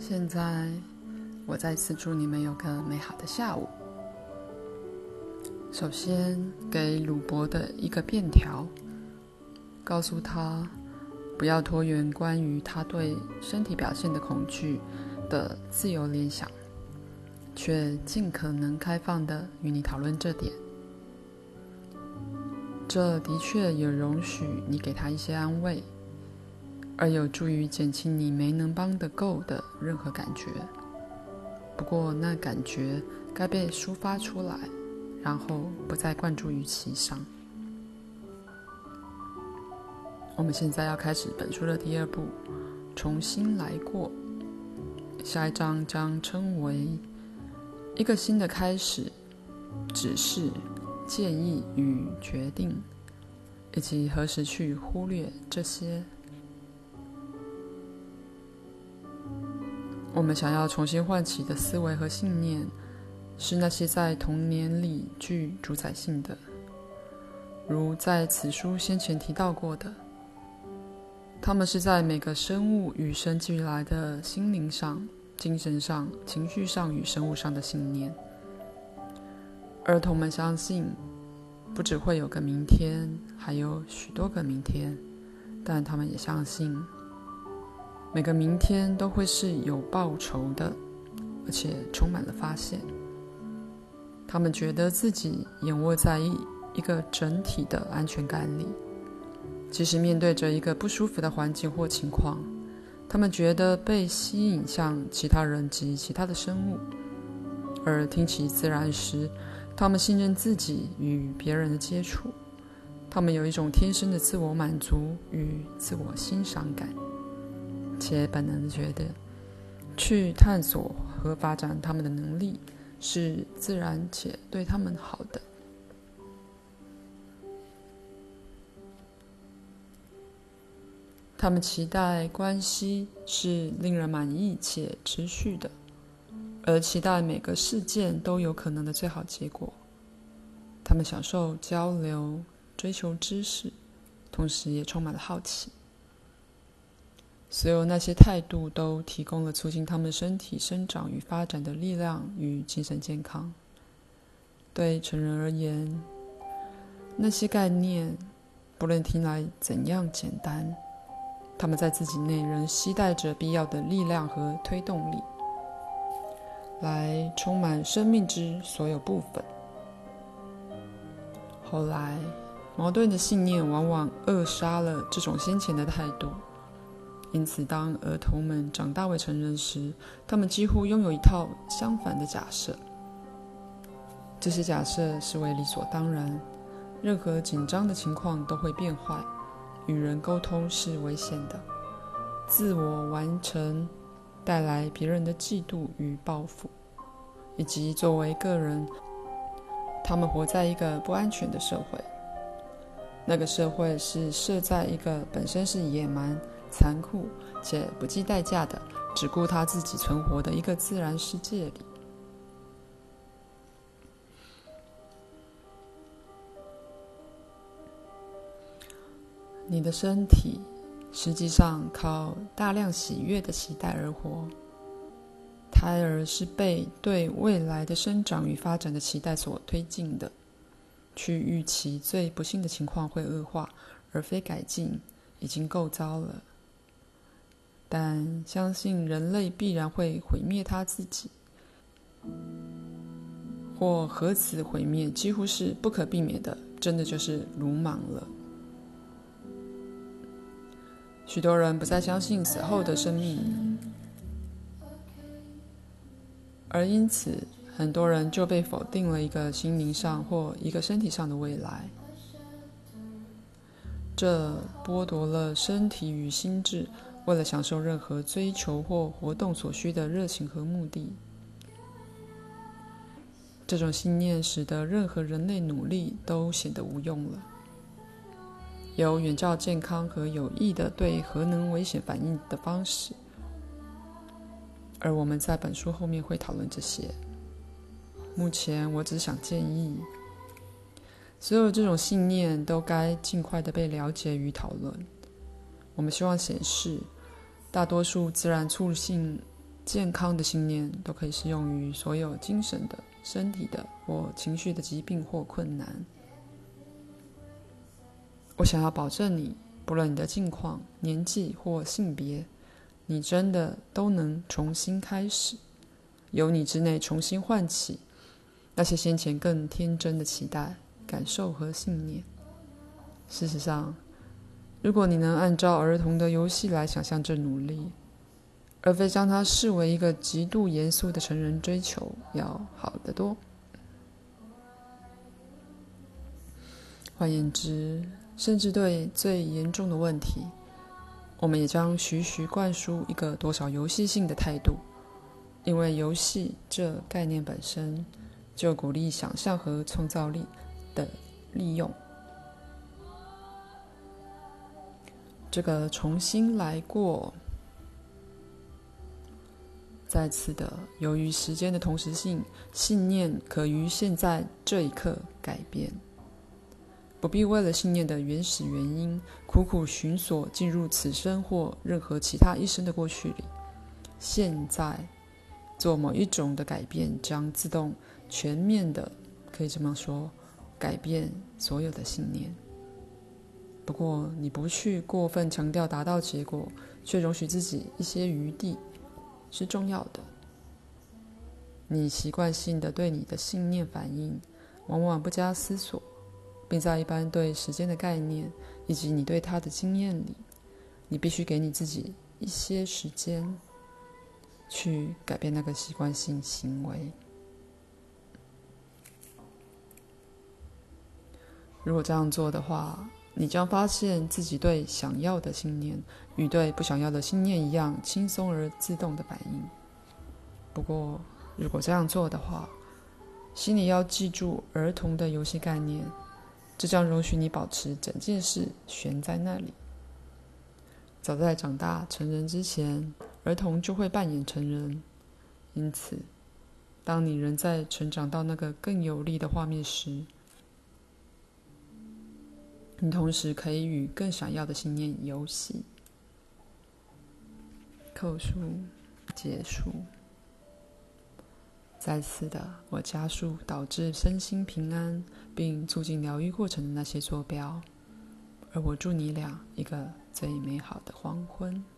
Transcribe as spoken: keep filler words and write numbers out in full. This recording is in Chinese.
现在我再次祝你们有个美好的下午。首先给鲁伯的一个便条，告诉他不要拖延关于他对身体表现的恐惧的自由联想，却尽可能开放地与你讨论这点。这的确也容许你给他一些安慰，而有助于减轻你没能帮得够的任何感觉。不过那感觉该被抒发出来，然后不再灌注于其上。我们现在要开始本书的第二部，重新来过。下一章将称为一个新的开始、指示、建议与决定，以及何时去忽略这些。我们想要重新唤起的思维和信念，是那些在童年里具主宰性的，如在此书先前提到过的，它们是在每个生物与生俱来的心灵上、精神上、情绪上与生物上的信念。儿童们相信，不只会有个明天，还有许多个明天，但他们也相信，每个明天都会是有报酬的，而且充满了发现。他们觉得自己眼窝在一一个整体的安全感里，即使面对着一个不舒服的环境或情况，他们觉得被吸引向其他人及其他的生物，而听其自然时，他们信任自己与别人的接触。他们有一种天生的自我满足与自我欣赏感，且本能的觉得去探索和发展他们的能力是自然且对他们好的。他们期待关系是令人满意且持续的，而期待每个事件都有可能的最好结果。他们享受交流，追求知识，同时也充满了好奇。所有那些态度都提供了促进他们身体生长与发展的力量与精神健康。对成人而言，那些概念不论听来怎样简单，他们在自己内仍携带着必要的力量和推动力，来充满生命之所有部分。后来，矛盾的信念往往扼杀了这种先前的态度。因此当儿童们长大为成人时，他们几乎拥有一套相反的假设。这些假设视为理所当然，任何紧张的情况都会变坏，与人沟通是危险的，自我完成带来别人的嫉妒与报复，以及作为个人，他们活在一个不安全的社会。那个社会是设在一个本身是野蛮、残酷且不计代价的只顾他自己存活的一个自然世界里。你的身体实际上靠大量喜悦的期待而活。胎儿是被对未来的生长与发展的期待所推进的，去预期最不幸的情况会恶化，而非改进，已经够糟了。但相信人类必然会毁灭他自己，或核此毁灭几乎是不可避免的，真的就是鲁莽了。许多人不再相信死后的生命，而因此很多人就被否定了一个心灵上或一个身体上的未来。这剥夺了身体与心智为了享受任何追求或活动所需的热情和目的。这种信念使得任何人类努力都显得无用了。有远较健康和有益的对核能危险反应的方式，而我们在本书后面会讨论这些。目前我只想建议，所有这种信念都该尽快的被了解与讨论。我们希望显示，大多数自然促性健康的信念都可以适用于所有精神的、身体的或情绪的疾病或困难。我想要保证你，不论你的境况、年纪或性别，你真的都能重新开始，由你之内重新唤起那些先前更天真的期待、感受和信念。事实上，如果你能按照儿童的游戏来想象这努力，而非将它视为一个极度严肃的成人追求，要好得多。换言之，甚至对最严重的问题，我们也将徐徐灌输一个多少游戏性的态度，因为游戏这概念本身就鼓励想象和创造力的利用。这个重新来过，再次的，由于时间的同时性，信念可于现在这一刻改变，不必为了信念的原始原因苦苦寻索进入此生或任何其他一生的过去里。现在做某一种的改变将自动全面的，可以这么说，改变所有的信念。不过你不去过分强调达到结果，却容许自己一些余地，是重要的。你习惯性的对你的信念反应，往往不加思索，并在一般对时间的概念以及你对它的经验里，你必须给你自己一些时间去改变那个习惯性行为。如果这样做的话，你将发现自己对想要的信念与对不想要的信念一样轻松而自动的反应。不过如果这样做的话，心里要记住儿童的游戏概念，这将容许你保持整件事悬在那里。早在长大成人之前，儿童就会扮演成人，因此当你仍在成长到那个更有利的画面时，你同时可以与更想要的信念游戏。口述结束。再次的，我加速导致身心平安并促进疗愈过程的那些坐标，而我祝你俩一个最美好的黄昏。